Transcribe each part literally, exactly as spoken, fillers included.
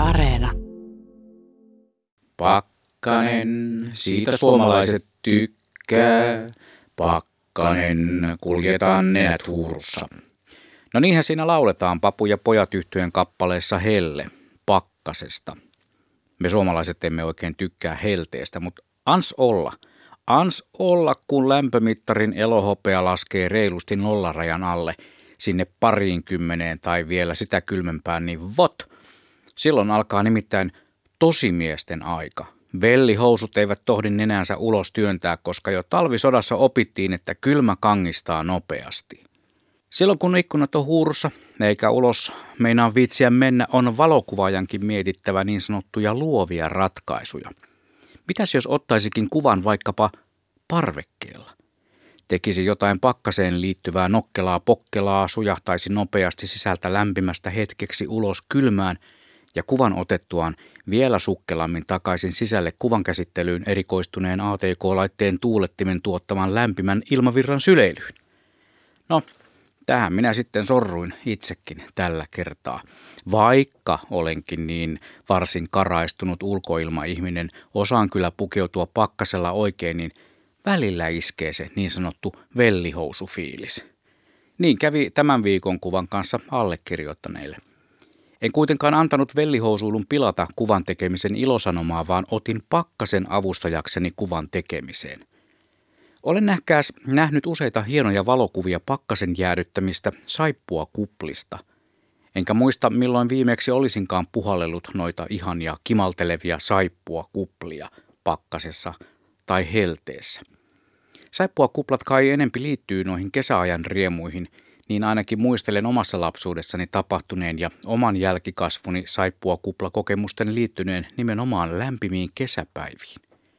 Areena. Pakkanen, siitä suomalaiset tykkää. Pakkanen, kuljetaan nenät huurussa. No niinhän siinä lauletaan Papu ja pojat -yhtyeen kappaleessa Helle, pakkasesta. Me suomalaiset emme oikein tykkää helteestä, mutta ans olla. Ans olla, kun lämpömittarin elohopea laskee reilusti nollarajan alle sinne pariinkymmeneen tai vielä sitä kylmempään, niin vot. Silloin alkaa nimittäin tosimiesten aika. Vellihousut eivät tohdi nenänsä ulos työntää, koska jo talvisodassa opittiin, että kylmä kangistaa nopeasti. Silloin kun ikkunat on huurussa, eikä ulos meinaa viitsiä mennä, on valokuvaajankin mietittävä niin sanottuja luovia ratkaisuja. Mitäs jos ottaisikin kuvan vaikkapa parvekkeella? Tekisi jotain pakkaseen liittyvää nokkelaa pokkelaa, sujahtaisi nopeasti sisältä lämpimästä hetkeksi ulos kylmään ja kuvan otettuaan vielä sukkelammin takaisin sisälle kuvankäsittelyyn erikoistuneen A T K-laitteen tuulettimen tuottaman lämpimän ilmavirran syleilyyn. No, tähän minä sitten sorruin itsekin tällä kertaa. Vaikka olenkin niin varsin karaistunut ulkoilmaihminen, osaan kyllä pukeutua pakkasella oikein, niin välillä iskee se niin sanottu vellihousufiilis. Niin kävi tämän viikon kuvan kanssa allekirjoittaneille. En kuitenkaan antanut vellihousuilun pilata kuvan tekemisen ilosanomaa, vaan otin pakkasen avustajakseni kuvan tekemiseen. Olen nähkääs nähnyt useita hienoja valokuvia pakkasen jäädyttämistä saippua kuplista. Enkä muista milloin viimeksi olisinkaan puhallellut noita ihania kimaltelevia saippua kuplia pakkasessa tai helteessä. Saippua kuplat kai enempi liittyy noihin kesäajan riemuihin, niin ainakin muistelen omassa lapsuudessani tapahtuneen ja oman jälkikasvuni saippua kuplakokemusten liittyneen nimenomaan lämpimiin kesäpäiviin.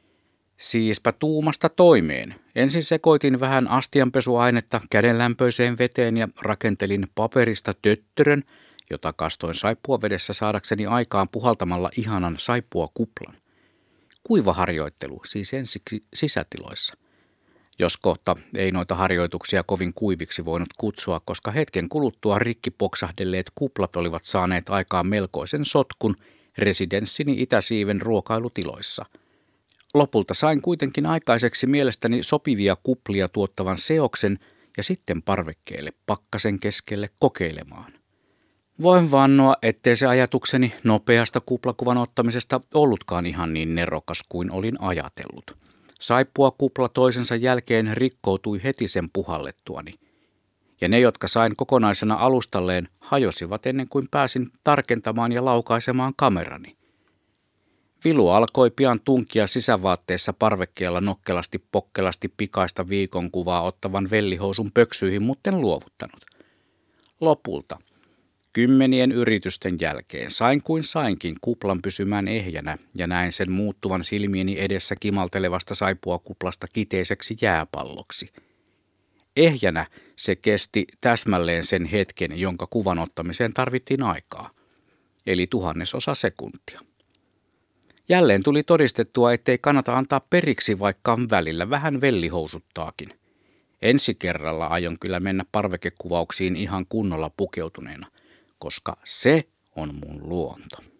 Siispä tuumasta toimeen. Ensin sekoitin vähän astianpesuainetta kädenlämpöiseen veteen ja rakentelin paperista töttörön, jota kastoin saippuavedessä saadakseni aikaan puhaltamalla ihanan saippuakuplan. Kuivaharjoittelu siis ensiksi sisätiloissa. Jos kohta ei noita harjoituksia kovin kuiviksi voinut kutsua, koska hetken kuluttua rikki poksahdelleet kuplat olivat saaneet aikaan melkoisen sotkun residenssini Itäsiiven ruokailutiloissa. Lopulta sain kuitenkin aikaiseksi mielestäni sopivia kuplia tuottavan seoksen ja sitten parvekkeelle pakkasen keskelle kokeilemaan. Voin vannoa, ettei se ajatukseni nopeasta kuplakuvan ottamisesta ollutkaan ihan niin nerokas kuin olin ajatellut. Saippua kupla toisensa jälkeen rikkoutui heti sen puhallettuani. Ja ne, jotka sain kokonaisena alustalleen, hajosivat ennen kuin pääsin tarkentamaan ja laukaisemaan kamerani. Vilu alkoi pian tunkia sisävaatteessa parvekkeella nokkelasti pokkelasti pikaista viikonkuvaa ottavan vellihousun pöksyihin, mutten luovuttanut. Lopulta, kymmenien yritysten jälkeen, sain kuin sainkin kuplan pysymään ehjänä ja näin sen muuttuvan silmieni edessä kimaltelevasta saippuakuplasta kiteiseksi jääpalloksi. Ehjänä se kesti täsmälleen sen hetken, jonka kuvan ottamiseen tarvittiin aikaa, eli tuhannesosa sekuntia. Jälleen tuli todistettua, ettei kannata antaa periksi, vaikka välillä vähän vellihousuttaakin. Ensi kerralla aion kyllä mennä parvekekuvauksiin ihan kunnolla pukeutuneena, koska se on mun luonto.